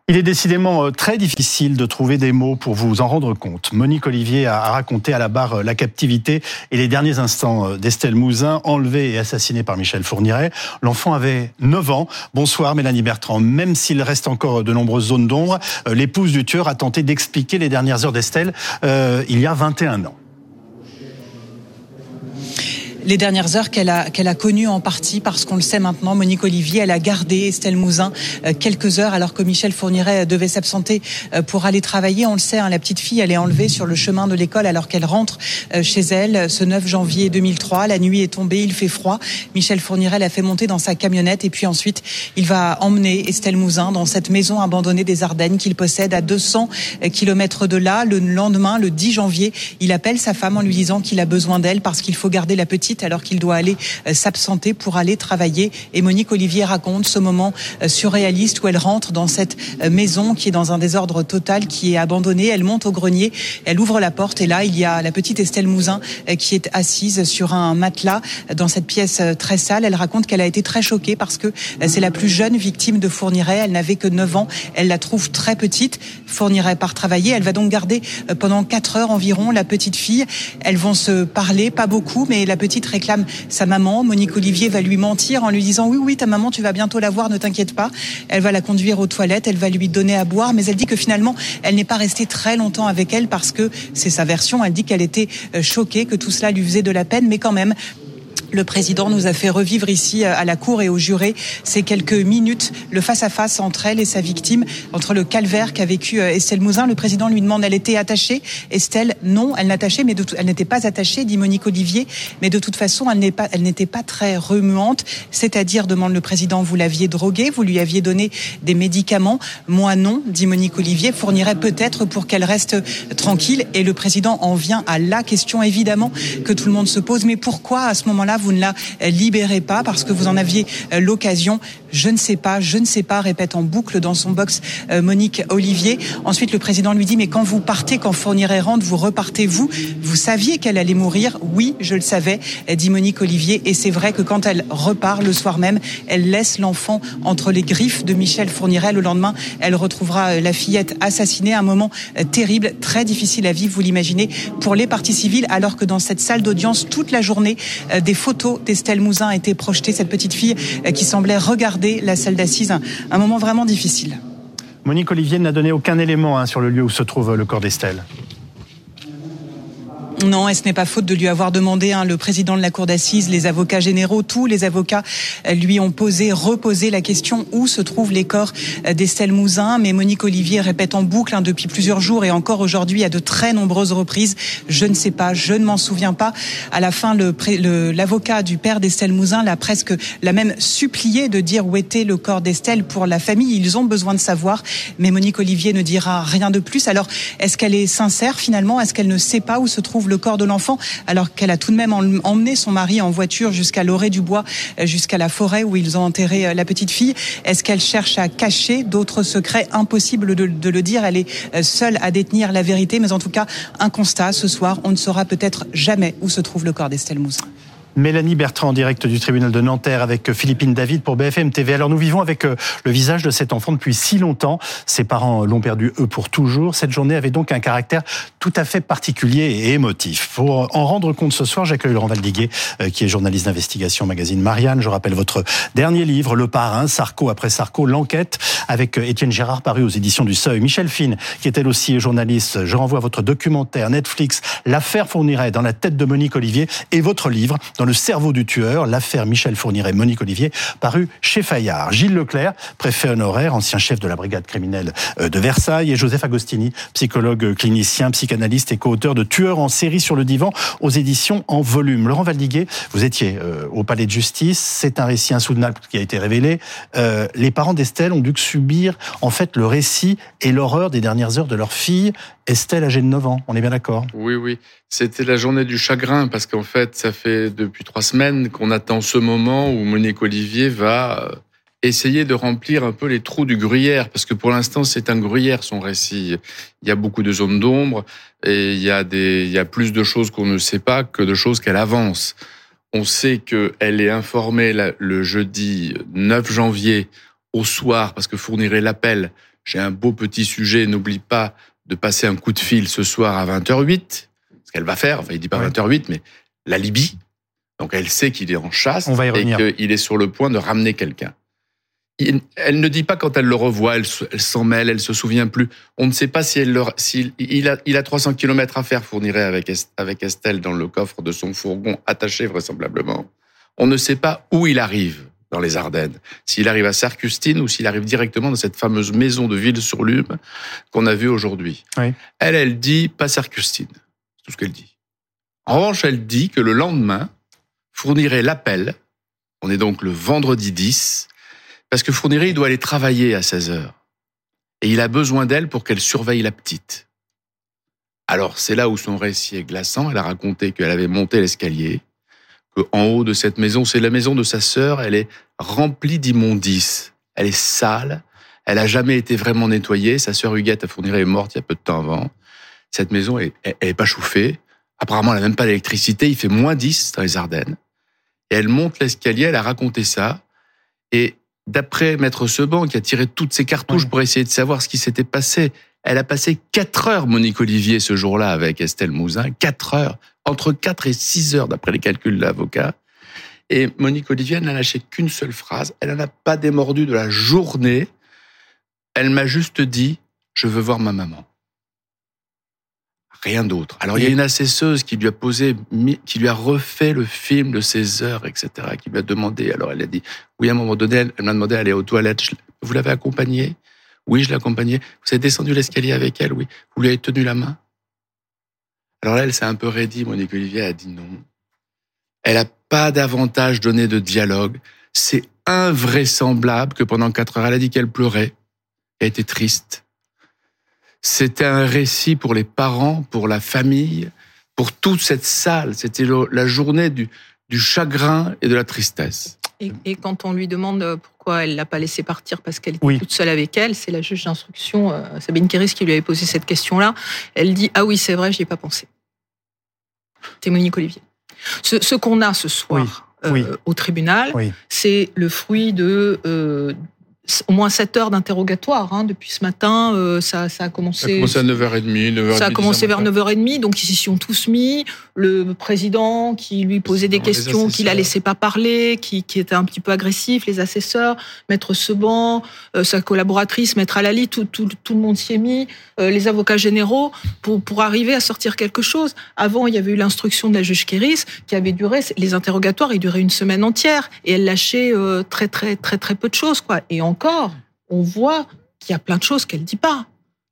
Il est décidément très difficile de trouver des mots pour vous en rendre compte. Monique Olivier a raconté à la barre la captivité et les derniers instants d'Estelle Mouzin, enlevée et assassinée par Michel Fourniret. L'enfant avait 9 ans. Bonsoir Mélanie Bertrand. Même s'il reste encore de nombreuses zones d'ombre, l'épouse du tueur a tenté d'expliquer les dernières heures d'Estelle il y a 21 ans. Les dernières heures qu'elle a connues en partie parce qu'on le sait maintenant, Monique Olivier, elle a gardé Estelle Mouzin quelques heures alors que Michel Fourniret devait s'absenter pour aller travailler. On le sait, la petite fille, elle est enlevée sur le chemin de l'école alors qu'elle rentre chez elle ce 9 janvier 2003. La nuit est tombée, il fait froid. Michel Fourniret l'a fait monter dans sa camionnette et puis ensuite il va emmener Estelle Mouzin dans cette maison abandonnée des Ardennes qu'il possède à 200 kilomètres de là. Le lendemain, le 10 janvier, il appelle sa femme en lui disant qu'il a besoin d'elle parce qu'il faut garder la petite alors qu'il doit aller s'absenter pour aller travailler. Et Monique Olivier raconte ce moment surréaliste où elle rentre dans cette maison qui est dans un désordre total, qui est abandonnée. Elle monte au grenier, elle ouvre la porte et là, il y a la petite Estelle Mouzin qui est assise sur un matelas dans cette pièce très sale. Elle raconte qu'elle a été très choquée parce que c'est la plus jeune victime de Fourniret. Elle n'avait que 9 ans. Elle la trouve très petite. Fourniret part travailler. Elle va donc garder pendant 4 heures environ la petite fille. Elles vont se parler, pas beaucoup, mais la petite réclame sa maman. Monique Olivier va lui mentir en lui disant oui, ta maman, tu vas bientôt la voir, ne t'inquiète pas. Elle va la conduire aux toilettes, elle va lui donner à boire, mais elle dit que finalement, elle n'est pas restée très longtemps avec elle parce que c'est sa version. Elle dit qu'elle était choquée, que tout cela lui faisait de la peine, mais quand même, le président nous a fait revivre ici à la cour et aux jurés ces quelques minutes, le face-à-face entre elle et sa victime, entre le calvaire qu'a vécu Estelle Mouzin. Le président lui demande, elle était attachée? Estelle, non, elle n'était pas attachée, dit Monique Olivier, mais de toute façon, elle n'était pas très remuante. C'est-à-dire, demande le président, vous l'aviez droguée, vous lui aviez donné des médicaments? Moi, non, dit Monique Olivier. Fournirait peut-être pour qu'elle reste tranquille. Et le président en vient à la question, évidemment, que tout le monde se pose. Mais pourquoi, à ce moment-là, vous ne la libérez pas parce que vous en aviez l'occasion? Je ne sais pas, répète en boucle dans son box Monique Olivier. Ensuite, le président lui dit, mais quand vous partez, quand Fourniret rentre, vous repartez vous? Vous saviez qu'elle allait mourir? Oui, je le savais, dit Monique Olivier. Et c'est vrai que quand elle repart le soir même, elle laisse l'enfant entre les griffes de Michel Fourniret. Le lendemain, elle retrouvera la fillette assassinée. Un moment terrible, très difficile à vivre, vous l'imaginez, pour les parties civiles, alors que dans cette salle d'audience, toute la journée, des photos d'Estelle Mouzin étaient projetées, cette petite fille qui semblait regarder la salle d'assises. Un moment vraiment difficile. Monique Olivier n'a donné aucun élément sur le lieu où se trouve le corps d'Estelle. Non, et ce n'est pas faute de lui avoir demandé, le président de la cour d'assises, les avocats généraux, tous les avocats lui ont reposé la question où se trouvent les corps d'Estelle Mouzin. Mais Monique Olivier répète en boucle depuis plusieurs jours et encore aujourd'hui à de très nombreuses reprises, je ne sais pas, je ne m'en souviens pas. À la fin, l'avocat du père d'Estelle Mouzin l'a même supplié de dire où était le corps d'Estelle pour la famille. Ils ont besoin de savoir, mais Monique Olivier ne dira rien de plus. Alors, est-ce qu'elle est sincère finalement? Est-ce qu'elle ne sait pas où se trouve le corps de l'enfant, alors qu'elle a tout de même emmené son mari en voiture jusqu'à Lorey-du-Bois, jusqu'à la forêt où ils ont enterré la petite fille? Est-ce qu'elle cherche à cacher d'autres secrets? Impossible de le dire, elle est seule à détenir la vérité, mais en tout cas, un constat, ce soir, on ne saura peut-être jamais où se trouve le corps d'Estelle Mouzin. Mélanie Bertrand en direct du tribunal de Nanterre avec Philippine David pour BFM TV. Alors nous vivons avec le visage de cet enfant depuis si longtemps. Ses parents l'ont perdu eux pour toujours. Cette journée avait donc un caractère tout à fait particulier et émotif. Pour en rendre compte ce soir, j'accueille Laurent Valdiguier qui est journaliste d'investigation au magazine Marianne. Je rappelle votre dernier livre, Le Parrain, Sarko après Sarko, l'enquête avec Étienne Gérard paru aux éditions du Seuil. Michel Fine qui est elle aussi journaliste. Je renvoie à votre documentaire Netflix, L'affaire Fourniret dans la tête de Monique Olivier et votre livre dans le cerveau du tueur, l'affaire Michel Fourniret, Monique Olivier, paru chez Fayard. Gilles Leclerc, préfet honoraire, ancien chef de la brigade criminelle de Versailles, et Joseph Agostini, psychologue clinicien, psychanalyste et co-auteur de Tueurs en série sur le divan aux éditions En Volume. Laurent Valdiguier, vous étiez au palais de justice, c'est un récit insoutenable qui a été révélé. Les parents d'Estelle ont dû subir en fait le récit et l'horreur des dernières heures de leur fille, Estelle âgée de 9 ans, on est bien d'accord? Oui. C'était la journée du chagrin parce qu'en fait, ça fait depuis 3 semaines qu'on attend ce moment où Monique Olivier va essayer de remplir un peu les trous du gruyère parce que pour l'instant, c'est un gruyère son récit. Il y a beaucoup de zones d'ombre et il y a plus de choses qu'on ne sait pas que de choses qu'elle avance. On sait qu'elle est informée le jeudi 9 janvier au soir parce que Fourniret l'appelle j'ai un beau petit sujet, n'oublie pas de passer un coup de fil ce soir à 20h08, ce qu'elle va faire, enfin il dit pas 20h08, mais la Libye. Donc elle sait qu'il est en chasse et qu'il est sur le point de ramener quelqu'un. Elle ne dit pas quand elle le revoit, elle s'en mêle, elle se souvient plus. On ne sait pas il a 300 km à faire, Fourniret avec Estelle dans le coffre de son fourgon attaché vraisemblablement. On ne sait pas où il arrive dans les Ardennes. S'il arrive à Serre-Custine ou s'il arrive directement dans cette fameuse maison de Ville-sur-Lume qu'on a vue aujourd'hui. Oui. Elle dit pas Serre-Custine. C'est tout ce qu'elle dit. En revanche, elle dit que le lendemain, Fourniret l'appelle. On est donc le vendredi 10. Parce que Fourniret, il doit aller travailler à 16h. Et il a besoin d'elle pour qu'elle surveille la petite. Alors, c'est là où son récit est glaçant. Elle a raconté qu'elle avait monté l'escalier, qu'en haut de cette maison, c'est la maison de sa sœur, elle est remplie d'immondices. Elle est sale. Elle a jamais été vraiment nettoyée. Sa sœur Huguette à Fourniret est morte il y a peu de temps avant. Cette maison, elle est pas chauffée. Apparemment, elle n'a même pas d'électricité. Il fait -10 dans les Ardennes. Et elle monte l'escalier, elle a raconté ça. Et d'après Maître Seban, qui a tiré toutes ses cartouches pour essayer de savoir ce qui s'était passé, elle a passé 4 heures, Monique Olivier, ce jour-là, avec Estelle Mouzin. 4 heures. Entre 4 et 6 heures, d'après les calculs de l'avocat. Et Monique Olivier n'a lâché qu'une seule phrase. Elle n'en a pas démordu de la journée. Elle m'a juste dit « Je veux voir ma maman ». Rien d'autre. Alors, il y a une assesseuse qui lui a refait le film de ses heures, etc., qui lui a demandé. Alors, elle a dit, oui, à un moment donné, elle m'a demandé d'aller aux toilettes. Vous l'avez accompagnée? Oui, je l'ai accompagnée. Vous avez descendu l'escalier avec elle? Oui. Vous lui avez tenu la main? Alors là, elle s'est un peu raidie. Monique Olivier a dit non. Elle n'a pas davantage donné de dialogue. C'est invraisemblable que pendant 4 heures, elle a dit qu'elle pleurait. Elle était triste. C'était un récit pour les parents, pour la famille, pour toute cette salle. C'était la journée du chagrin et de la tristesse. Et quand on lui demande pourquoi elle l'a pas laissé partir parce qu'elle était toute seule avec elle, c'est la juge d'instruction, Sabine Kéris, qui lui avait posé cette question-là. Elle dit « Ah oui, c'est vrai, j'y ai pas pensé ». C'est Monique Olivier. Ce qu'on a ce soir au tribunal, c'est le fruit de... au moins 7 heures d'interrogatoire, depuis ce matin, ça a commencé... Ça a commencé à 9h30, Ça a commencé vers 9h30, donc ils s'y sont tous mis. Le président qui lui posait des questions, qui la laissait pas parler, qui était un petit peu agressif, les assesseurs, Maître Seban, sa collaboratrice, Maître Alali, tout le monde s'y est mis, les avocats généraux, pour arriver à sortir quelque chose. Avant, il y avait eu l'instruction de la juge Kéris, qui avait duré, les interrogatoires, ils duraient une semaine entière, et elle lâchait très peu de choses, quoi. Et encore, on voit qu'il y a plein de choses qu'elle dit pas.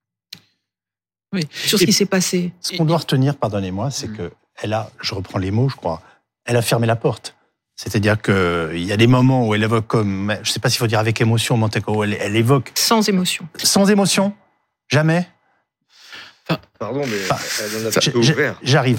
Sur ce qui s'est passé. Ce qu'on doit retenir, pardonnez-moi, c'est que elle a, je reprends les mots, je crois, elle a fermé la porte. C'est-à-dire qu'il y a des moments où elle évoque comme, je ne sais pas s'il faut dire avec émotion, où elle évoque... Sans émotion. Sans émotion? Jamais? Pardon, mais elle en a peu ouvert. J'arrive.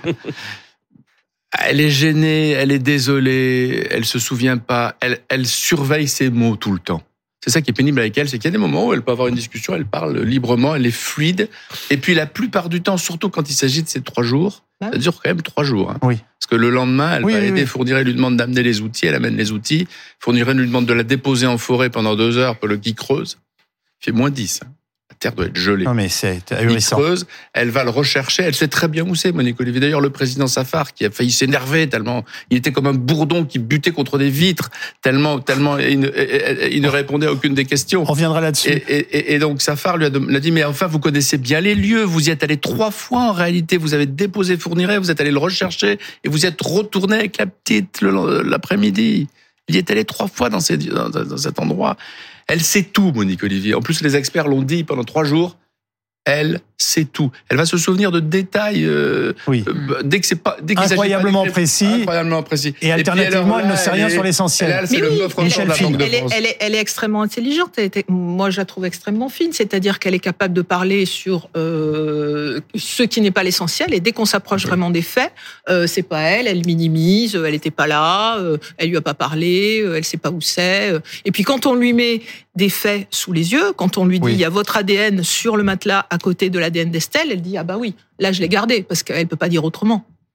Elle est gênée, elle est désolée, elle se souvient pas, elle surveille ses mots tout le temps. C'est ça qui est pénible avec elle, c'est qu'il y a des moments où elle peut avoir une discussion, elle parle librement, elle est fluide. Et puis la plupart du temps, surtout quand il s'agit de ces 3 jours, ça dure quand même 3 jours. Oui. Parce que le lendemain, elle va aider, Fourniret lui demande d'amener les outils, elle amène les outils. Fourniret lui demande de la déposer en forêt pendant 2 heures pour le qui creuse. Il fait -10. La terre doit être gelée. Non mais c'est ahurissant. Il creuse, elle va le rechercher, elle sait très bien où c'est, Monique Olivier. D'ailleurs, le président Safar, qui a failli s'énerver tellement, il était comme un bourdon qui butait contre des vitres, tellement il ne répondait à aucune des questions. On reviendra là-dessus. Et donc Safar lui a dit, mais enfin, vous connaissez bien les lieux, vous y êtes allé 3 fois en réalité, vous avez déposé Fourniret, vous êtes allé le rechercher, et vous êtes retourné avec la petite l'après-midi. Il y est allé 3 fois dans cet endroit. Elle sait tout, Monique Olivier. En plus, les experts l'ont dit pendant 3 jours. Elle sait tout. Elle va se souvenir de détails dès que c'est pas incroyablement précis. Et alternativement, elle ne sait rien sur l'essentiel. Elle est extrêmement intelligente. Moi, je la trouve extrêmement fine. C'est-à-dire qu'elle est capable de parler sur ce qui n'est pas l'essentiel. Et dès qu'on s'approche vraiment des faits, c'est pas elle. Elle minimise. Elle n'était pas là. Elle lui a pas parlé. Elle sait pas où c'est. Et puis quand on lui met des faits sous les yeux, quand on lui dit il y a votre ADN sur le matelas à côté de l'ADN d'Estelle, elle dit ah bah oui, là je l'ai gardé parce qu'elle peut pas dire autrement.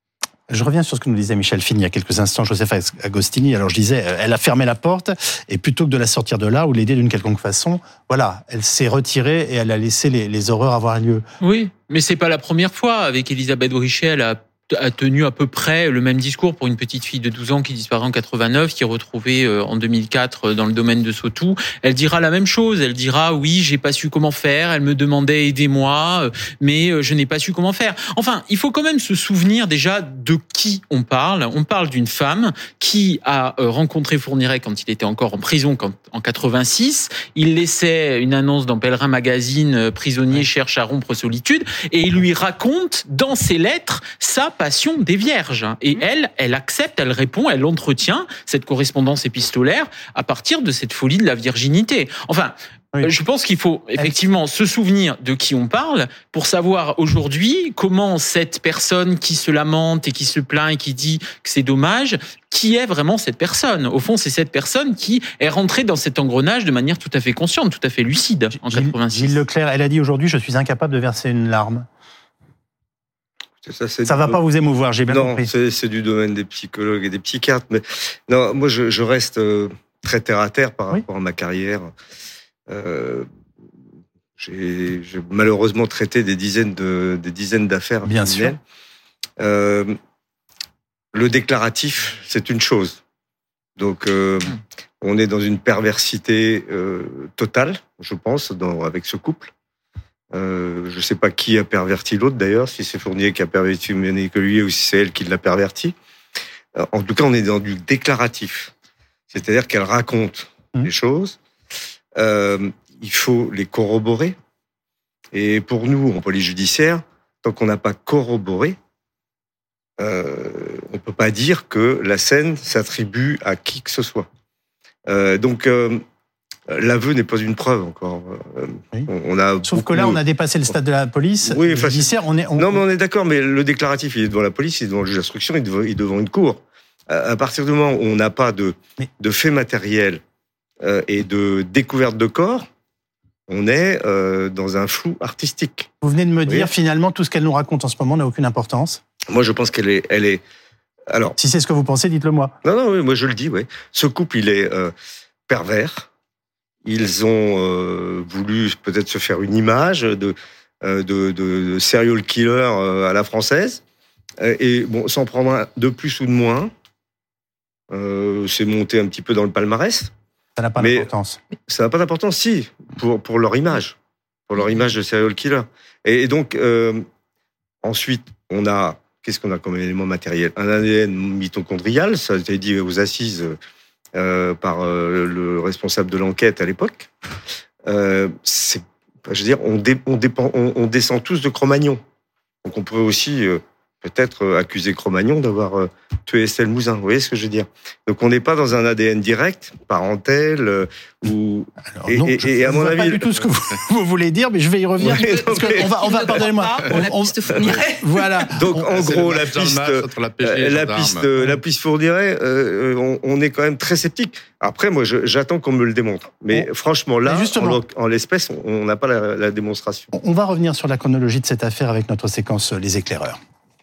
Je reviens sur ce que nous disait Michel Fine il y a quelques instants, Joseph Agostini. Alors je disais, elle a fermé la porte et plutôt que de la sortir de là ou l'aider d'une quelconque façon, voilà, elle s'est retirée et elle a laissé les horreurs avoir lieu. Oui, mais c'est pas la première fois. Avec Elisabeth Brichet, elle a tenu à peu près le même discours pour une petite fille de 12 ans qui disparaît en 89, qui est retrouvée en 2004 dans le domaine de Sautoux. Elle dira la même chose. Elle dira oui, j'ai pas su comment faire. Elle me demandait aidez-moi, mais je n'ai pas su comment faire. Enfin, il faut quand même se souvenir déjà de qui on parle. On parle d'une femme qui a rencontré Fourniret quand il était encore en prison en 86. Il laissait une annonce dans Pèlerin Magazine, prisonnier cherche à rompre solitude, et il lui raconte dans ses lettres sa passion des vierges. Et elle accepte, elle répond, elle entretient cette correspondance épistolaire à partir de cette folie de la virginité. Enfin, je pense qu'il faut effectivement se souvenir de qui on parle pour savoir aujourd'hui comment cette personne qui se lamente et qui se plaint et qui dit que c'est dommage, qui est vraiment cette personne. Au fond, c'est cette personne qui est rentrée dans cet engrenage de manière tout à fait consciente, tout à fait lucide en 86. Gilles Leclerc, elle a dit aujourd'hui, je suis incapable de verser une larme. Ça va pas vous émouvoir, j'ai bien compris. Non, c'est du domaine des psychologues et des psychiatres. Mais non, moi, je reste très terre à terre par rapport à ma carrière. J'ai malheureusement traité des dizaines d'affaires. Bien sûr. Le déclaratif, c'est une chose. Donc, on est dans une perversité totale, je pense, avec ce couple. Je ne sais pas qui a perverti l'autre d'ailleurs, si c'est Fournier qui a perverti Monique Olivier ou si c'est elle qui l'a perverti. En tout cas, on est dans du déclaratif. C'est-à-dire qu'elle raconte les choses. Il faut les corroborer. Et pour nous, en police judiciaire, tant qu'on n'a pas corroboré, on ne peut pas dire que la scène s'attribue à qui que ce soit. Donc, l'aveu n'est pas une preuve encore. Sauf que là, on a dépassé le stade de la police. Oui, judiciaire, non, mais on est d'accord, mais le déclaratif, il est devant la police, il est devant le juge d'instruction, il est devant une cour. À partir du moment où on n'a pas de faits matériels et de découverte de corps, on est dans un flou artistique. Vous venez de me dire, finalement, tout ce qu'elle nous raconte en ce moment n'a aucune importance. Moi, je pense qu'elle est... Alors, si c'est ce que vous pensez, dites-le moi. Non, oui, moi je le dis, oui. Ce couple, il est pervers. Ils ont voulu peut-être se faire une image de serial killer à la française. Et bon, s'en prendre un de plus ou de moins, c'est monté un petit peu dans le palmarès. Ça n'a pas d'importance. Ça n'a pas d'importance, si, pour leur image. Pour leur image de serial killer. Et donc, ensuite, qu'est-ce qu'on a comme élément matériel ? Un ADN mitochondrial, ça a été dit aux assises par le responsable de l'enquête à l'époque. On descend tous de Cro-Magnon. Donc on peut aussi peut-être accuser Cro-Magnon d'avoir tué Estelle Mouzin. Vous voyez ce que je veux dire ? Donc on n'est pas dans un ADN direct, parentel, ou... Alors, non, je à mon avis, pas du tout ce que vous voulez dire, mais je vais y revenir. Parce qu'on va pardonnez-moi. Voilà. Donc en gros, la piste Fourniret, on est quand même très sceptique. Après, moi, j'attends qu'on me le démontre. Mais franchement, là, en l'espèce, on n'a pas la démonstration. On va revenir sur la chronologie de cette affaire avec notre séquence Les Éclaireurs.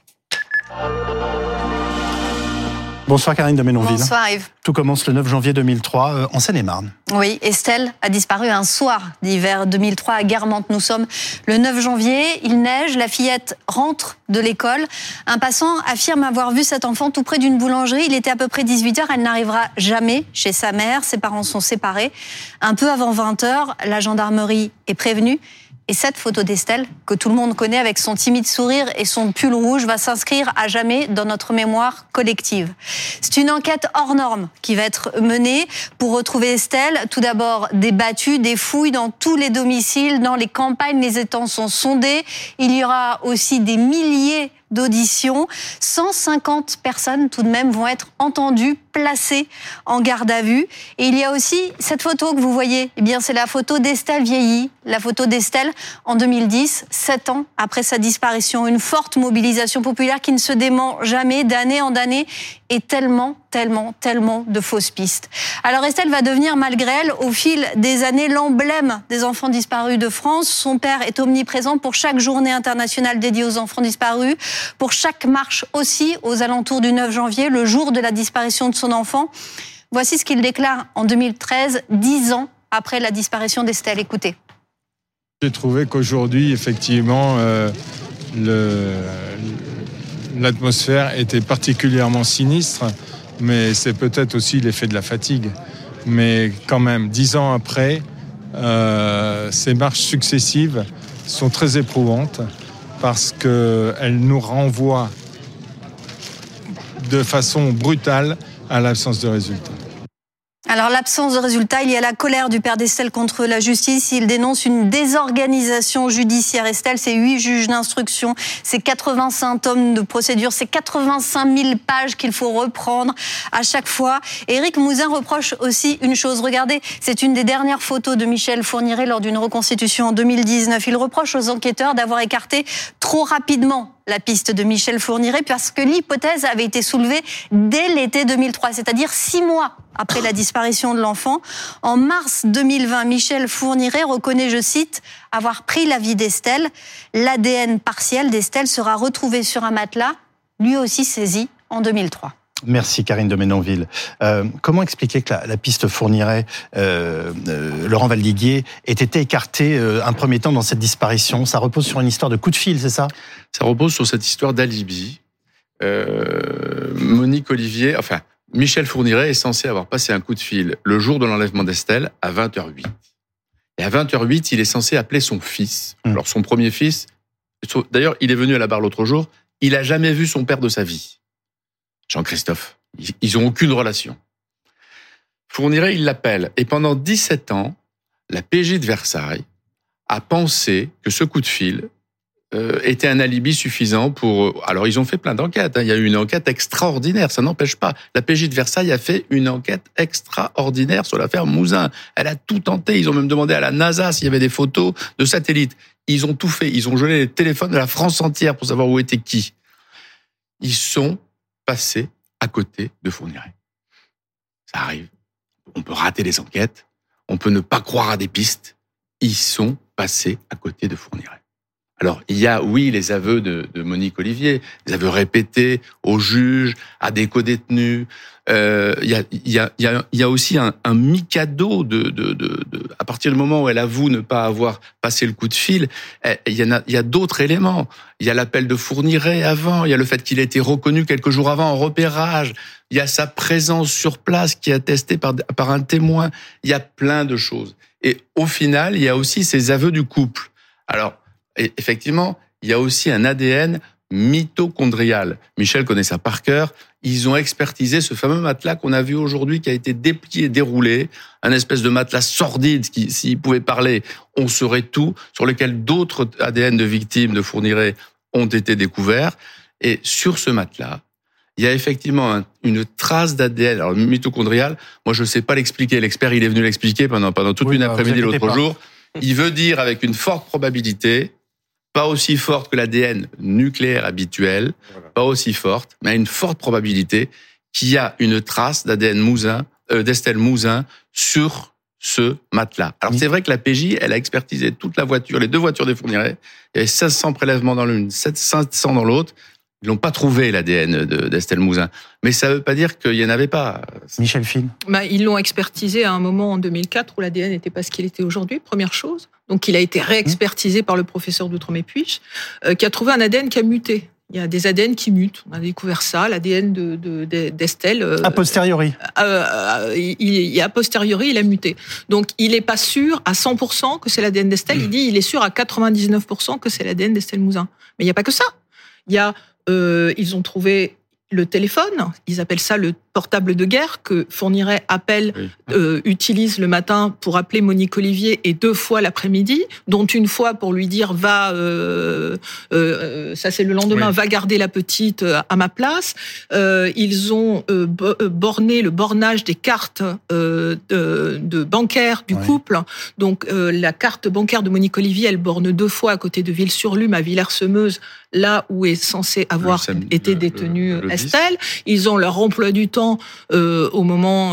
Bonsoir Karine de Ménonville. Bonsoir Yves. Tout commence le 9 janvier 2003 en Seine-et-Marne. Oui, Estelle a disparu un soir d'hiver 2003 à Guermantes. Nous sommes le 9 janvier, il neige, la fillette rentre de l'école. Un passant affirme avoir vu cet enfant tout près d'une boulangerie. Il était à peu près 18h, elle n'arrivera jamais chez sa mère. Ses parents sont séparés. Un peu avant 20h, la gendarmerie est prévenue. Et cette photo d'Estelle, que tout le monde connaît avec son timide sourire et son pull rouge, va s'inscrire à jamais dans notre mémoire collective. C'est une enquête hors norme qui va être menée pour retrouver Estelle. Tout d'abord, des battues, des fouilles dans tous les domiciles, dans les campagnes, les étangs sont sondés. Il y aura aussi des milliers d'auditions. 150 personnes tout de même vont être entendues, placées en garde à vue. Et il y a aussi cette photo que vous voyez. Eh bien, c'est la photo d'Estelle vieillie. La photo d'Estelle en 2010, 7 ans après sa disparition. Une forte mobilisation populaire qui ne se dément jamais, d'année en année, et tellement tellement de fausses pistes. Alors Estelle va devenir, malgré elle, au fil des années, l'emblème des enfants disparus de France. Son père est omniprésent pour chaque journée internationale dédiée aux enfants disparus, pour chaque marche aussi aux alentours du 9 janvier, le jour de la disparition de son enfant. Voici ce qu'il déclare en 2013, 10 ans après la disparition d'Estelle. Écoutez. J'ai trouvé qu'aujourd'hui, effectivement, l'atmosphère était particulièrement sinistre, mais c'est peut-être aussi l'effet de la fatigue. Mais quand même, 10 ans après, ces marches successives sont très éprouvantes parce qu'elles nous renvoient de façon brutale à l'absence de résultats. Alors l'absence de résultats, il y a la colère du père d'Estelle contre la justice. Il dénonce une désorganisation judiciaire. Estelle, c'est 8 juges d'instruction, c'est 85 tomes de procédure, c'est 85 000 pages qu'il faut reprendre à chaque fois. Éric Mouzin reproche aussi une chose. Regardez, c'est une des dernières photos de Michel Fourniret lors d'une reconstitution en 2019. Il reproche aux enquêteurs d'avoir écarté trop rapidement la piste de Michel Fourniret parce que l'hypothèse avait été soulevée dès l'été 2003, c'est-à-dire 6 mois après la disparition de l'enfant. En mars 2020, Michel Fourniret reconnaît, je cite, avoir pris la vie d'Estelle. L'ADN partiel d'Estelle sera retrouvé sur un matelas, lui aussi saisi en 2003. Merci Karine de Ménonville. Comment expliquer que la piste Fourniret, Laurent Valdiguier, ait été écartée un premier temps dans cette disparition? Ça repose sur une histoire de coup de fil, c'est ça? Ça repose sur cette histoire d'alibi. Monique Olivier, Michel Fourniret est censé avoir passé un coup de fil le jour de l'enlèvement d'Estelle à 20h08. Et à 20h08, il est censé appeler son fils. Alors son premier fils, d'ailleurs, il est venu à la barre l'autre jour, il n'a jamais vu son père de sa vie. Jean-Christophe. Ils n'ont aucune relation. Fourniret, il l'appelle. Et pendant 17 ans, la PJ de Versailles a pensé que ce coup de fil était un alibi suffisant pour... Alors, ils ont fait plein d'enquêtes. Il y a eu une enquête extraordinaire, ça n'empêche pas. La PJ de Versailles a fait une enquête extraordinaire sur l'affaire Mouzin. Elle a tout tenté. Ils ont même demandé à la NASA s'il y avait des photos de satellites. Ils ont tout fait. Ils ont gelé les téléphones de la France entière pour savoir où était qui. Ils sont passés à côté de Fourniret. Ça arrive. On peut rater les enquêtes. On peut ne pas croire à des pistes. Ils sont passés à côté de Fourniret. Alors, il y a, oui, les aveux de Monique Olivier, les aveux répétés aux juges, à des codétenus. Il y a aussi un mikado à partir du moment où elle avoue ne pas avoir passé le coup de fil, il y a d'autres éléments. Il y a l'appel de Fourniret avant, il y a le fait qu'il ait été reconnu quelques jours avant en repérage, il y a sa présence sur place qui est attestée par un témoin. Il y a plein de choses. Et au final, il y a aussi ces aveux du couple. Alors, et effectivement, il y a aussi un ADN mitochondrial. Michel connaît ça par cœur. Ils ont expertisé ce fameux matelas qu'on a vu aujourd'hui, qui a été déplié, déroulé, un espèce de matelas sordide qui, s'il pouvait parler, on saurait tout, sur lequel d'autres ADN de victimes de Fourniret ont été découverts. Et sur ce matelas, il y a effectivement une trace d'ADN. Alors, mitochondrial, moi, je ne sais pas l'expliquer. L'expert, il est venu l'expliquer pendant toute une après-midi l'autre jour. Il veut dire avec une forte probabilité, pas aussi forte que l'ADN nucléaire habituel, pas aussi forte, mais à une forte probabilité qu'il y a une trace d'ADN d'Estelle Mouzin sur ce matelas. Alors c'est vrai que la PJ, elle a expertisé toute la voiture, les 2 voitures des Fourniret. Il y avait 1600 prélèvements dans l'une, 700 dans l'autre. Ils n'ont pas trouvé l'ADN d'Estelle Mouzin. Mais ça ne veut pas dire qu'il n'y en avait pas. Michel Fine. Ils l'ont expertisé à un moment en 2004 où l'ADN n'était pas ce qu'il était aujourd'hui, première chose. Donc il a été réexpertisé par le professeur Doutre-Mépuich, qui a trouvé un ADN qui a muté. Il y a des ADN qui mutent. On a découvert ça, l'ADN d'Estelle. A posteriori. A posteriori, il a muté. Donc il n'est pas sûr à 100% que c'est l'ADN d'Estelle. Il est sûr à 99% que c'est l'ADN d'Estelle Mouzin. Mais il n'y a pas que ça. Ils ont trouvé le téléphone, ils appellent ça le portable de guerre, que Fourniret utilise le matin pour appeler Monique Olivier et 2 fois l'après-midi, dont une fois pour lui dire ça c'est le lendemain, va garder la petite à ma place. Ils ont borné le bornage des cartes de bancaires du couple. Donc la carte bancaire de Monique Olivier, elle borne 2 fois à côté de Ville-sur-Lume, à Villers-Semeuse, là où est censé avoir été détenue Estelle. Ils ont leur emploi du temps temps au moment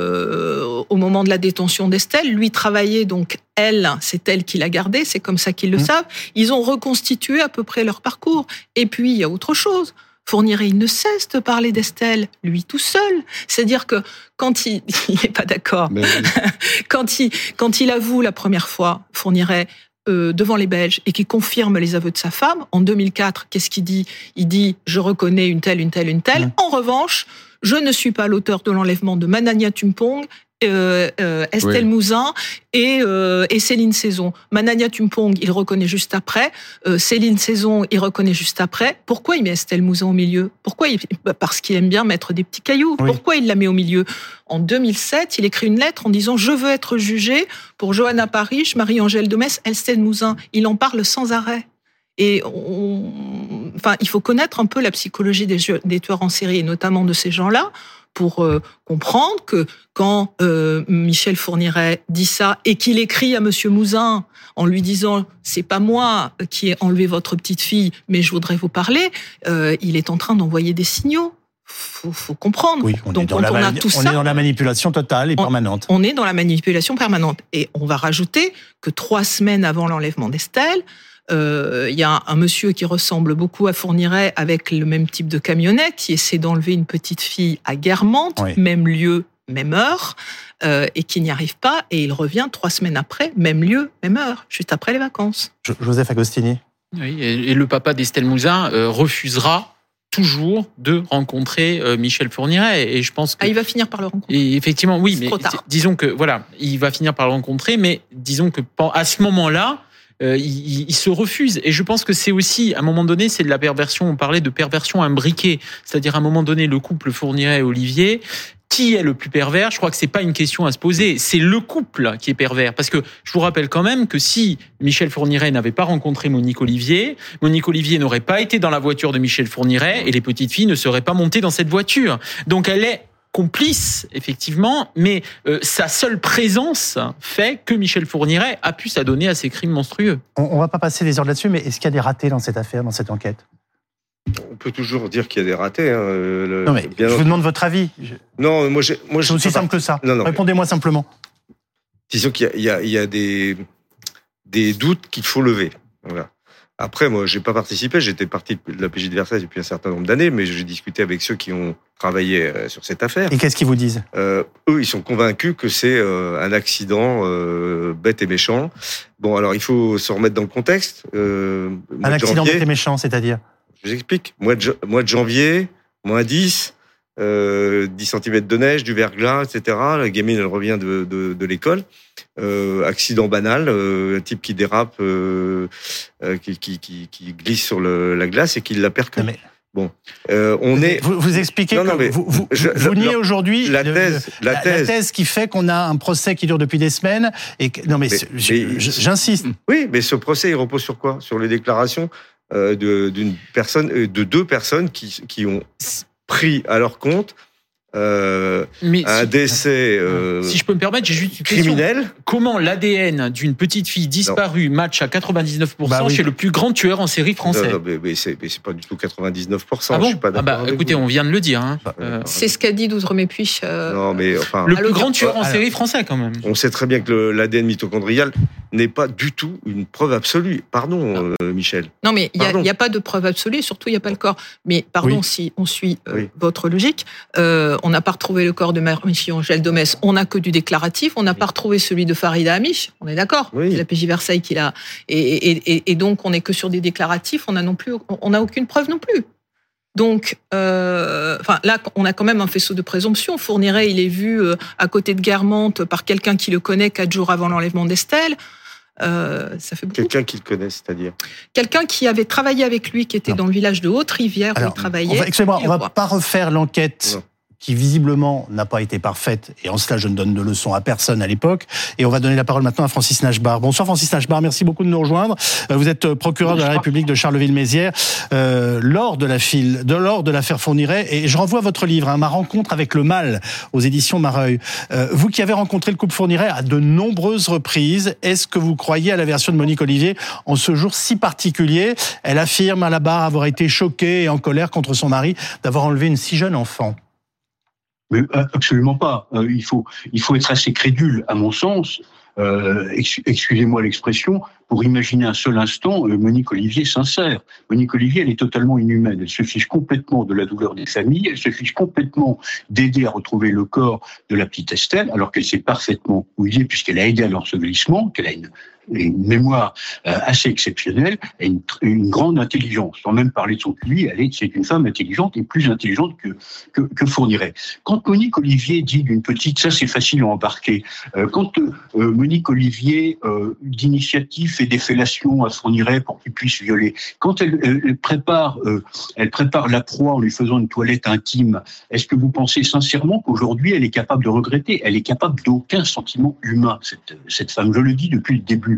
de la détention d'Estelle. Lui travaillait donc, c'est elle qui l'a gardé, c'est comme ça qu'ils le savent. Ils ont reconstitué à peu près leur parcours. Et puis, il y a autre chose. Fourniret, il ne cesse de parler d'Estelle, lui tout seul. C'est-à-dire que quand il n'est pas d'accord, mais... quand il avoue la première fois, Fourniret, devant les Belges, et qui confirme les aveux de sa femme, en 2004, qu'est-ce qu'il dit ? Il dit « Je reconnais une telle. En revanche, je ne suis pas l'auteur de l'enlèvement de Manania Tumpong, Estelle Mouzin et Céline Saison. Manania Tumpong, il reconnaît juste après. Céline Saison, il reconnaît juste après. Pourquoi il met Estelle Mouzin au milieu ? Parce qu'il aime bien mettre des petits cailloux. Oui. Pourquoi il la met au milieu ? En 2007, il écrit une lettre en disant « Je veux être jugé pour Johanna Parish, Marie-Angèle Domès, Estelle Mouzin ». Il en parle sans arrêt. Et il faut connaître un peu la psychologie des tueurs en série, et notamment de ces gens-là, pour comprendre que quand Michel Fourniret dit ça et qu'il écrit à Monsieur Mouzin en lui disant « c'est pas moi qui ai enlevé votre petite fille, mais je voudrais vous parler », il est en train d'envoyer des signaux. Faut comprendre. Oui, on est dans la manipulation totale et permanente. On est dans la manipulation permanente. Et on va rajouter que 3 semaines avant l'enlèvement d'Estelle, y a un monsieur qui ressemble beaucoup à Fourniret avec le même type de camionnette qui essaie d'enlever une petite fille à Guermantes, même lieu, même heure, et qui n'y arrive pas, et il revient 3 semaines après, même lieu, même heure, juste après les vacances. Joseph Agostini. Oui, et le papa d'Estelle Mouzin refusera toujours de rencontrer Michel Fourniret, et je pense que il va finir par le rencontrer. Et effectivement, oui, mais disons que voilà, il va finir par le rencontrer, mais disons que à ce moment-là, il se refuse. Et je pense que c'est aussi, à un moment donné, c'est de la perversion. On parlait de perversion imbriquée. C'est-à-dire, à un moment donné, le couple Fourniret et Olivier, qui est le plus pervers ? Je crois que c'est pas une question à se poser. C'est le couple qui est pervers. Parce que je vous rappelle quand même que si Michel Fourniret n'avait pas rencontré Monique Olivier n'aurait pas été dans la voiture de Michel Fourniret et les petites filles ne seraient pas montées dans cette voiture. Donc elle est complice, effectivement, mais sa seule présence fait que Michel Fourniret a pu s'adonner à ces crimes monstrueux. On va pas passer des heures là-dessus, mais est-ce qu'il y a des ratés dans cette affaire, dans cette enquête ? On peut toujours dire qu'il y a des ratés. Non, mais je vous demande votre avis. Non, moi, c'est aussi simple que ça. Non, répondez-moi simplement. Disons qu'il y a des doutes qu'il faut lever. Voilà. Après, moi, j'ai pas participé. J'étais parti de la PJ de Versailles depuis un certain nombre d'années, mais j'ai discuté avec ceux qui ont travaillé sur cette affaire. Et qu'est-ce qu'ils vous disent ? Eux, ils sont convaincus que c'est un accident bête et méchant. Bon, alors, il faut se remettre dans le contexte. Un accident bête et méchant, c'est-à-dire ? Je vous explique. Mois de janvier, moins 10, 10 cm de neige, du verglas, etc. La gamine, elle revient de l'école. Accident banal, un type qui dérape, qui glisse sur la glace et qui la percute. Bon, Vous expliquez vous niez aujourd'hui la thèse qui fait qu'on a un procès qui dure depuis des semaines. J'insiste. Oui, mais ce procès, il repose sur quoi ? Sur les déclarations d'une personne, de 2 personnes qui ont pris à leur compte un décès si je peux me permettre, j'ai juste une criminel. Question. Comment l'ADN d'une petite fille disparue match à 99% chez le plus grand tueur en série français ? Non, mais c'est pas du tout 99%. Ah bon ? Je suis pas d'accord. Écoutez, on vient de le dire. Hein. C'est ce qu'a dit 12 Remépuich. Non, mais enfin, le plus grand tueur en série français, quand même. On sait très bien que l'ADN mitochondrial n'est pas du tout une preuve absolue. Pardon, Michel. Non, mais il n'y a pas de preuve absolue, surtout il n'y a pas le corps. Mais pardon, si on suit votre logique, on n'a pas retrouvé le corps de Marie-Angèle Domès, on n'a que du déclaratif, on n'a pas retrouvé celui de Farida Amish, on est d'accord, c'est la PJ Versailles qui l'a, et donc on n'est que sur des déclaratifs, on n'a aucune preuve non plus. Donc, là, on a quand même un faisceau de présomption. Fourniret, il est vu à côté de Guermantes par quelqu'un qui le connaît 4 jours avant l'enlèvement d'Estelle. Ça fait beaucoup. Quelqu'un qui le connaît, c'est-à-dire quelqu'un qui avait travaillé avec lui, qui était dans le village de Haute-Rivière où il travaillait. Excusez-moi, on ne va pas refaire l'enquête qui visiblement n'a pas été parfaite, et en cela je ne donne de leçons à personne à l'époque, et on va donner la parole maintenant à Francis Nachbar. Bonsoir Francis Nachbar, merci beaucoup de nous rejoindre. Vous êtes procureur de la République de Charleville-Mézières lors de l'affaire Fourniret, et je renvoie à votre livre, Ma rencontre avec le mal, aux éditions Mareuil. Vous qui avez rencontré le couple Fourniret à de nombreuses reprises, est-ce que vous croyez à la version de Monique Olivier en ce jour si particulier ? Elle affirme à la barre avoir été choquée et en colère contre son mari d'avoir enlevé une si jeune enfant. Mais absolument pas. Il faut être assez crédule, à mon sens. Excusez-moi l'expression, pour imaginer un seul instant Monique Olivier sincère. Monique Olivier, elle est totalement inhumaine. Elle se fiche complètement de la douleur des familles. Elle se fiche complètement d'aider à retrouver le corps de la petite Estelle, alors qu'elle sait parfaitement où il est, puisqu'elle a aidé à l'ensevelissement, qu'elle a une mémoire assez exceptionnelle et une grande intelligence. Sans même parler de son QI, c'est une femme intelligente et plus intelligente que Fourniret. Quand Monique Olivier dit d'une petite, ça c'est facile à embarquer. Quand Monique Olivier d'initiative fait des fellations à Fourniret pour qu'il puisse violer. Quand elle prépare la proie en lui faisant une toilette intime, est-ce que vous pensez sincèrement qu'aujourd'hui elle est capable de regretter? Elle est capable d'aucun sentiment humain, cette femme. Je le dis depuis le début.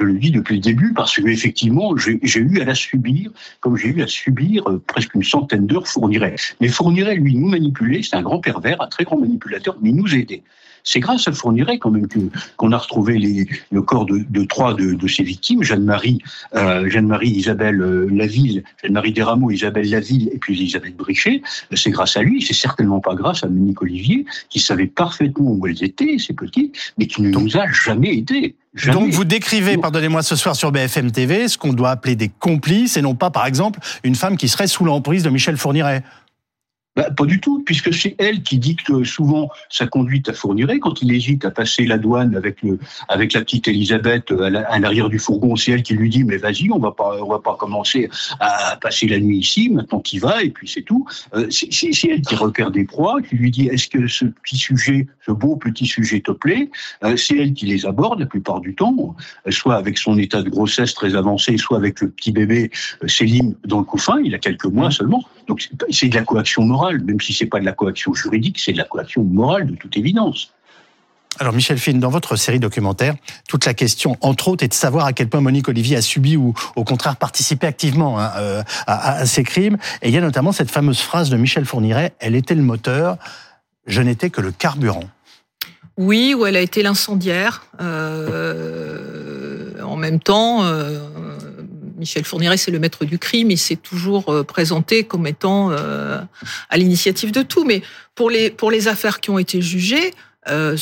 Parce que effectivement, j'ai eu à la subir, comme j'ai eu à subir presque une centaine d'heures Fourniret. Mais Fourniret, lui, nous manipulait. C'est un grand pervers, un très grand manipulateur, mais il nous aidait. C'est grâce à Fourniret quand même qu'on a retrouvé le corps de trois de ses victimes, Jeanne-Marie Isabelle Laville, Jeanne-Marie Desrameaux, Isabelle Laville et puis Elisabeth Brichet. C'est grâce à lui, c'est certainement pas grâce à Monique Olivier, qui savait parfaitement où elles étaient, ces petites, mais qui ne nous a jamais aidés. Jamais. Donc vous décrivez, pardonnez-moi, ce soir sur BFM TV, ce qu'on doit appeler des complices, et non pas, par exemple, une femme qui serait sous l'emprise de Michel Fourniret. Pas du tout, puisque c'est elle qui dicte souvent sa conduite à Fourniret. Quand il hésite à passer la douane avec la petite Elisabeth à l'arrière du fourgon, c'est elle qui lui dit mais vas-y, on va pas commencer à passer la nuit ici, maintenant t'y vas et puis c'est tout. C'est elle qui repère des proies, qui lui dit est-ce que ce beau petit sujet te plaît. C'est elle qui les aborde la plupart du temps, soit avec son état de grossesse très avancé, soit avec le petit bébé Céline dans le couffin, il a quelques mois seulement. Donc c'est de la coaction morale, même si c'est pas de la coaction juridique, c'est de la coaction morale de toute évidence. Alors Michel Fine, dans votre série documentaire, toute la question, entre autres, est de savoir à quel point Monique Olivier a subi ou au contraire participé activement à ces crimes. Et il y a notamment cette fameuse phrase de Michel Fourniret, elle était le moteur, je n'étais que le carburant. Oui, où elle a été l'incendiaire. En même temps, Michel Fourniret, c'est le maître du crime, il s'est toujours présenté comme étant à l'initiative de tout. Mais pour les affaires qui ont été jugées, elle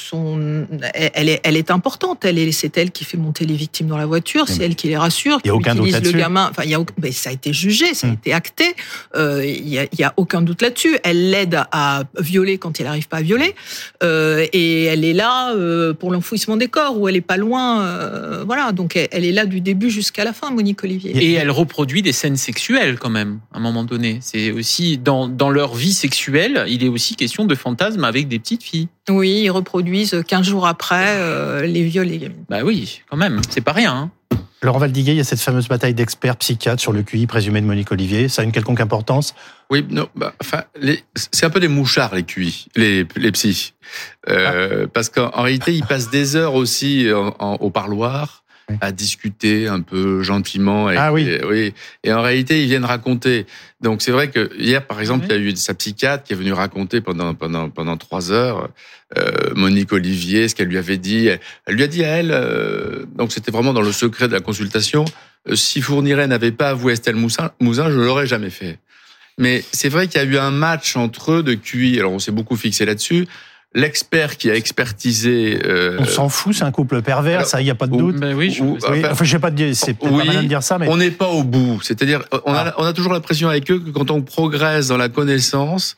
est importante. C'est elle qui fait monter les victimes dans la voiture, c'est elle qui les rassure, qui utilise le gamin. Enfin, ça a été jugé, ça a été acté. Il y a aucun doute là-dessus. Elle l'aide à violer quand il n'arrive pas à violer, et elle est là pour l'enfouissement des corps, où elle est pas loin. Voilà, donc elle est là du début jusqu'à la fin, Monique Olivier. Et elle reproduit des scènes sexuelles quand même, à un moment donné. C'est aussi dans leur vie sexuelle, il est aussi question de fantasmes avec des petites filles. Oui, ils reproduisent 15 jours après les viols des gamines. Bah oui, quand même, c'est pas rien. Hein. Laurent Valdiguier, il y a cette fameuse bataille d'experts psychiatres sur le QI présumé de Monique Olivier. Ça a une quelconque importance? Oui, non, c'est un peu des mouchards, les QI, les psys. Parce qu'en réalité, ils passent des heures aussi au parloir à discuter un peu gentiment. Et en réalité, ils viennent raconter. Donc c'est vrai que hier, par exemple, il y a eu sa psychiatre qui est venue raconter pendant 3 heures Monique Olivier, ce qu'elle lui avait dit. Elle lui a dit à elle, donc c'était vraiment dans le secret de la consultation, si Fourniret n'avait pas avoué Estelle Mouzin, je l'aurais jamais fait. Mais c'est vrai qu'il y a eu un match entre eux de QI. Alors on s'est beaucoup fixé là-dessus. L'expert qui a expertisé... On s'en fout, c'est un couple pervers, alors, ça, il n'y a pas de doute. Ben oui, enfin, je sais pas dire, c'est peut-être pas malin de dire ça, mais... On n'est pas au bout. C'est-à-dire, on a toujours l'impression avec eux que quand on progresse dans la connaissance,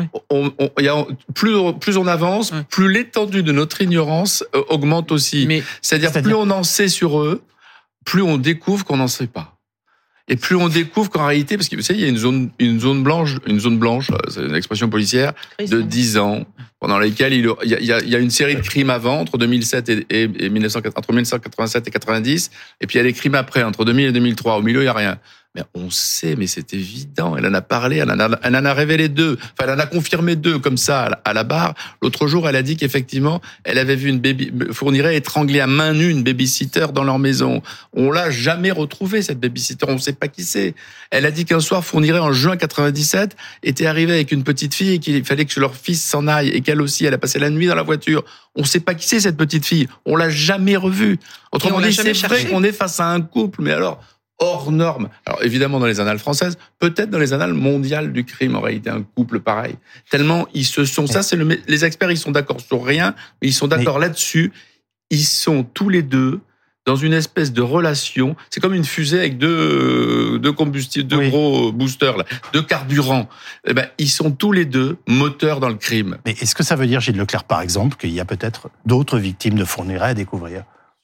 plus on avance, plus l'étendue de notre ignorance augmente aussi. C'est-à-dire, plus on en sait sur eux, plus on découvre qu'on n'en sait pas. Et plus on découvre qu'en réalité, parce que vous savez, il y a une zone blanche, c'est une expression policière, de 10 ans, pendant lesquelles il y a une série de crimes avant, entre 2007 et 1987 et 90, et puis il y a les crimes après, entre 2000 et 2003. Au milieu, il y a rien. Mais on sait, mais c'est évident. Elle en a parlé, elle en a révélé 2. Enfin, elle en a confirmé 2 comme ça à la barre. L'autre jour, elle a dit qu'effectivement, elle avait vu Fourniret étrangler à main nue une babysitter dans leur maison. On l'a jamais retrouvée, cette babysitter. On sait pas qui c'est. Elle a dit qu'un soir, Fourniret, en juin 97, était arrivé avec une petite fille et qu'il fallait que leur fils s'en aille et qu'elle aussi, elle a passé la nuit dans la voiture. On sait pas qui c'est, cette petite fille. On l'a jamais revue. Autrement dit, c'est vrai qu'on est face à un couple, mais alors, hors norme. Alors évidemment dans les annales françaises, peut-être dans les annales mondiales du crime, en réalité un couple pareil. Tellement ils se sont... Ça, c'est les experts, ils sont d'accord sur rien, mais ils sont d'accord là-dessus. Ils sont tous les deux dans une espèce de relation. C'est comme une fusée avec deux combustibles, deux gros boosters, là, deux carburants. Eh ben, ils sont tous les deux moteurs dans le crime. Mais est-ce que ça veut dire, Gilles Leclerc, par exemple, qu'il y a peut-être d'autres victimes de Fourniret à découvrir ?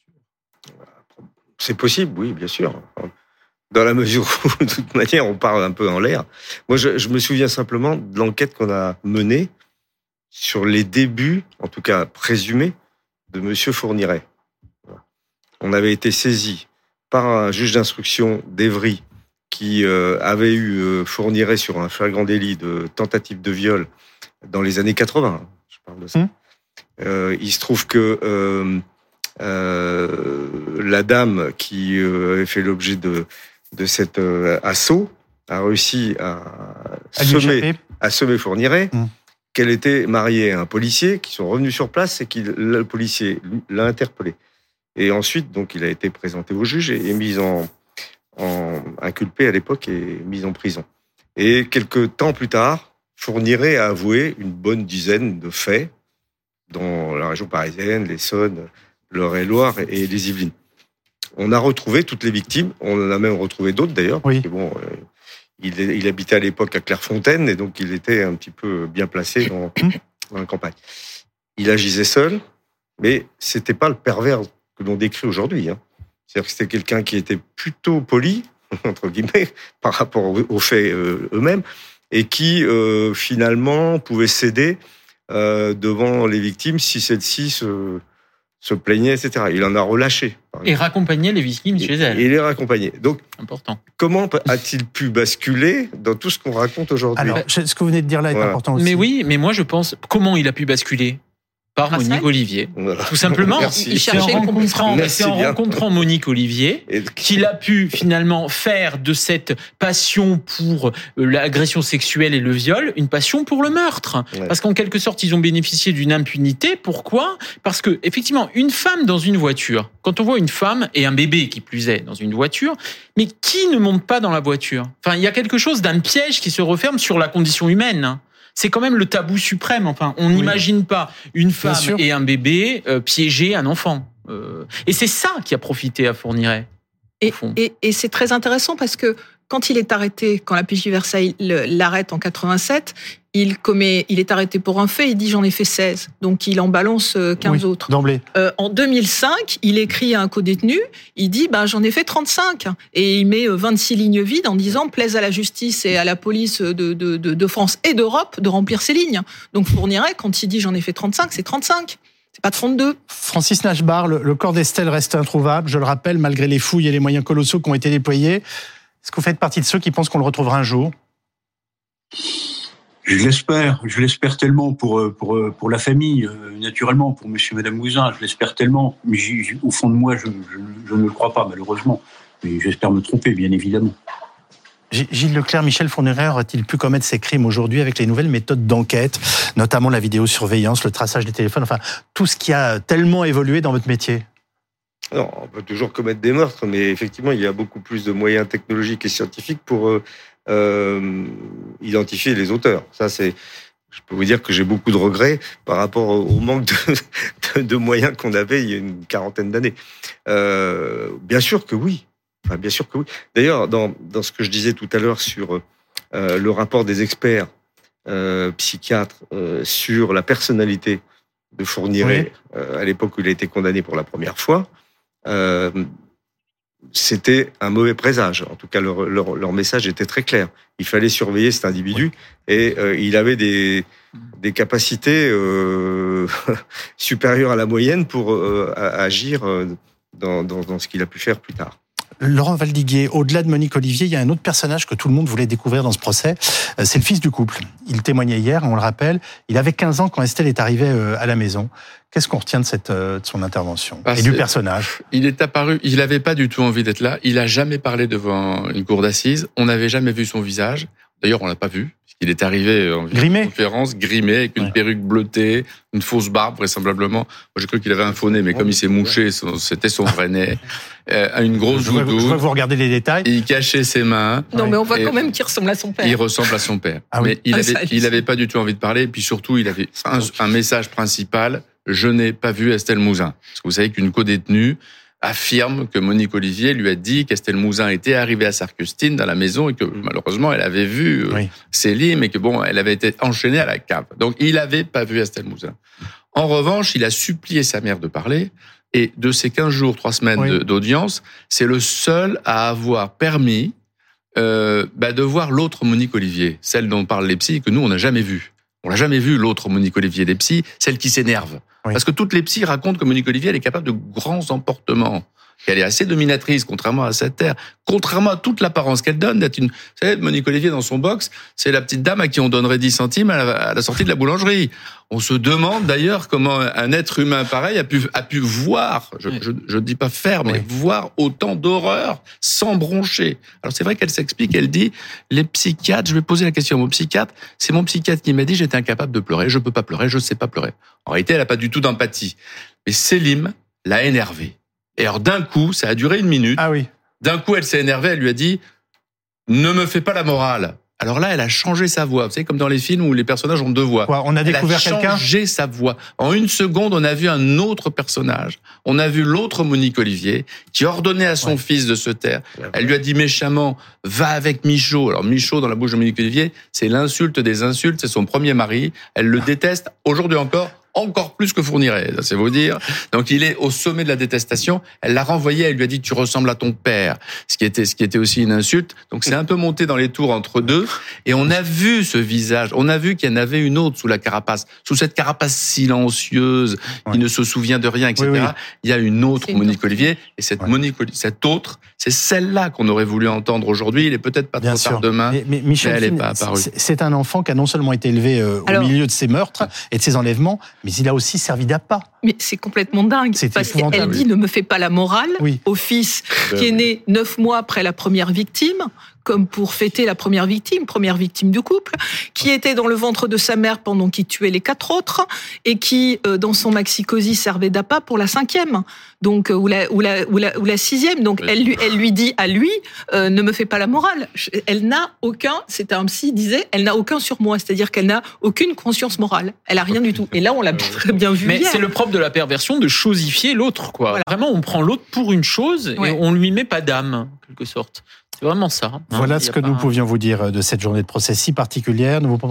C'est possible, oui, bien sûr. Dans la mesure où, de toute manière, on parle un peu en l'air. Moi, je me souviens simplement de l'enquête qu'on a menée sur les débuts, en tout cas présumés, de Monsieur Fourniret. On avait été saisi par un juge d'instruction d'Évry qui avait eu Fourniret sur un flagrant délit de tentative de viol dans les années 80. Je parle de ça. Il se trouve que la dame qui avait fait l'objet de cet assaut a réussi à semer Fourniret, qu'elle était mariée à un policier, qui sont revenus sur place et le policier l'a interpellé. Et ensuite, donc, il a été présenté au juge et mis inculpé à l'époque et mis en prison. Et quelques temps plus tard, Fourniret a avoué une bonne dizaine de faits dans la région parisienne, l'Essonne, l'Eure-et-Loire et les Yvelines. On a retrouvé toutes les victimes. On en a même retrouvé d'autres d'ailleurs. Oui. Parce que, bon, il habitait à l'époque à Clairefontaine et donc il était un petit peu bien placé dans la campagne. Il agissait seul, mais c'était pas le pervers que l'on décrit aujourd'hui. C'est-à-dire que c'était quelqu'un qui était plutôt poli, entre guillemets, par rapport aux faits eux-mêmes, et qui finalement pouvait céder devant les victimes si celles-ci se plaignait, etc. Il en a relâché. Et raccompagnait les victimes chez elles. Et les raccompagnait. Donc, important. Comment a-t-il pu basculer dans tout ce qu'on raconte aujourd'hui ? Alors, ce que vous venez de dire là est important aussi. Mais oui, mais moi je pense, comment il a pu basculer ? Par Monique Olivier. Voilà. Tout simplement, c'est en rencontrant Monique Olivier qu'il a pu finalement faire de cette passion pour l'agression sexuelle et le viol une passion pour le meurtre. Ouais. Parce qu'en quelque sorte, ils ont bénéficié d'une impunité. Pourquoi ? Parce que, effectivement, une femme dans une voiture, quand on voit une femme et un bébé qui plus est dans une voiture, mais qui ne monte pas dans la voiture ? Enfin, il y a quelque chose d'un piège qui se referme sur la condition humaine. C'est quand même le tabou suprême. Enfin, on n'imagine pas une femme et un bébé piéger un enfant. Et c'est ça qui a profité à Fourniret. Et c'est très intéressant parce que quand il est arrêté, quand la PJ Versailles l'arrête en 87, il est arrêté pour un fait, il dit j'en ai fait 16. Donc il en balance 15 autres. D'emblée. En 2005, il écrit à un codétenu, il dit j'en ai fait 35. Et il met 26 lignes vides en disant plaise à la justice et à la police de France et d'Europe de remplir ces lignes. Donc Fourniret, quand il dit j'en ai fait 35, c'est 35. C'est pas 32. Francis Nachbar, le corps d'Estelle reste introuvable, je le rappelle, malgré les fouilles et les moyens colossaux qui ont été déployés. Est-ce que vous faites partie de ceux qui pensent qu'on le retrouvera un jour ? Je l'espère tellement pour la famille, naturellement, pour monsieur et madame Mouzin, je l'espère tellement, mais au fond de moi, je ne le crois pas, malheureusement. Mais j'espère me tromper, bien évidemment. Gilles Leclerc, Michel Fourniret aurait-il pu commettre ces crimes aujourd'hui avec les nouvelles méthodes d'enquête, notamment la vidéosurveillance, le traçage des téléphones, enfin, tout ce qui a tellement évolué dans votre métier ? Non, on peut toujours commettre des meurtres, mais effectivement, il y a beaucoup plus de moyens technologiques et scientifiques pour identifier les auteurs. Ça, je peux vous dire que j'ai beaucoup de regrets par rapport au manque de moyens qu'on avait il y a une quarantaine d'années. Bien sûr que oui. Enfin, bien sûr que oui. D'ailleurs, dans ce que je disais tout à l'heure sur le rapport des experts psychiatres sur la personnalité de Fourniret à l'époque où il a été condamné pour la première fois, c'était un mauvais présage. En tout cas, leur message était très clair. Il fallait surveiller cet individu et il avait des capacités supérieures à la moyenne pour agir dans ce qu'il a pu faire plus tard. Laurent Valdiguier, au-delà de Monique Olivier, il y a un autre personnage que tout le monde voulait découvrir dans ce procès. C'est le fils du couple. Il témoignait hier, on le rappelle. Il avait 15 ans quand Estelle est arrivée à la maison. Qu'est-ce qu'on retient de son intervention et du personnage ? Il est apparu, il n'avait pas du tout envie d'être là. Il n'a jamais parlé devant une cour d'assises. On n'avait jamais vu son visage. D'ailleurs, on l'a pas vu. Il est arrivé en conférence, grimé, avec une perruque bleutée, une fausse barbe, vraisemblablement. Moi, j'ai cru qu'il avait un faux nez, mais comme il s'est mouché, c'était son vrai nez. une grosse doudoune. Je vois que vous regardez les détails. Il cachait ses mains. Non, mais on voit quand même qu'il ressemble à son père. Il ressemble à son père. Oui. Mais il avait pas du tout envie de parler. Et puis surtout, il avait un message principal. Je n'ai pas vu Estelle Mouzin. Parce que vous savez qu'une codétenue affirme que Monique Olivier lui a dit qu'Estelle Mouzin était arrivée à Sarcustine dans la maison et que malheureusement elle avait vu Célim et que elle avait été enchaînée à la cave. Donc il n'avait pas vu Estelle Mouzin. En revanche, il a supplié sa mère de parler et de ces 15 jours, 3 semaines d'audience, c'est le seul à avoir permis de voir l'autre Monique Olivier, celle dont parlent les psys que nous on n'a jamais vue. On l'a jamais vu, l'autre Monique Olivier des psys, celle qui s'énerve. Oui. Parce que toutes les psys racontent que Monique Olivier, elle est capable de grands emportements. qu'elle est assez dominatrice, contrairement à cette terre, contrairement à toute l'apparence qu'elle donne d'être une... Vous savez, Monique Olivier, dans son box, c'est la petite dame à qui on donnerait 10 centimes à la sortie de la boulangerie. On se demande d'ailleurs comment un être humain pareil a pu voir, je ne dis pas faire, mais voir autant d'horreur sans broncher. Alors c'est vrai qu'elle s'explique, elle dit, les psychiatres, je vais poser la question à mon psychiatre, c'est mon psychiatre qui m'a dit j'étais incapable de pleurer, je peux pas pleurer, je sais pas pleurer. En réalité, elle a pas du tout d'empathie. Mais Célim l'a énervée. Et alors d'un coup, ça a duré 1 minute. Ah oui. D'un coup, elle s'est énervée, elle lui a dit « Ne me fais pas la morale ». Alors là, elle a changé sa voix. Vous savez, comme dans les films où les personnages ont 2 voix. On a découvert quelqu'un. Elle a changé sa voix. En 1 seconde, on a vu un autre personnage. On a vu l'autre Monique Olivier qui ordonnait à son fils de se taire. Elle lui a dit méchamment « Va avec Michaud ». Alors Michaud, dans la bouche de Monique Olivier, c'est l'insulte des insultes. C'est son premier mari. Elle le déteste aujourd'hui encore plus que Fourniret, c'est vous dire. Donc il est au sommet de la détestation. Elle l'a renvoyé, elle lui a dit tu ressembles à ton père, ce qui était aussi une insulte. Donc c'est un peu monté dans les tours entre deux. Et on a vu ce visage, on a vu qu'il y en avait une autre sous la carapace, sous cette carapace silencieuse qui ne se souvient de rien, etc. Oui. Il y a une autre Monique Olivier, et cette cette autre, c'est celle-là qu'on aurait voulu entendre aujourd'hui. Il est peut-être pas trop tard demain, mais Michel, elle n'est pas apparue. C'est un enfant qui a non seulement été élevé au milieu de ces meurtres et de ces enlèvements, mais il a aussi servi d'appât. Mais c'est complètement dingue. Parce qu'elle dit ne me fais pas la morale au fils qui est né 9 mois après la première victime, comme pour fêter la première victime du couple, qui était dans le ventre de sa mère pendant qu'il tuait les 4 autres, et qui, dans son maxi-cosy, servait d'appât pour la 5e, donc, ou la 6e. Donc, elle lui dit à lui, ne me fais pas la morale. Elle n'a aucun, c'était un psy, disait, elle n'a aucun surmoi, c'est-à-dire qu'elle n'a aucune conscience morale. Elle a rien du tout. Et là, on l'a très bien vu. Mais hier. C'est le propre de la perversion de chosifier l'autre, quoi. Voilà. Vraiment, on prend l'autre pour une chose et on lui met pas d'âme, en quelque sorte. C'est vraiment ça. Voilà ce que nous pouvions vous dire de cette journée de procès si particulière. Nous vous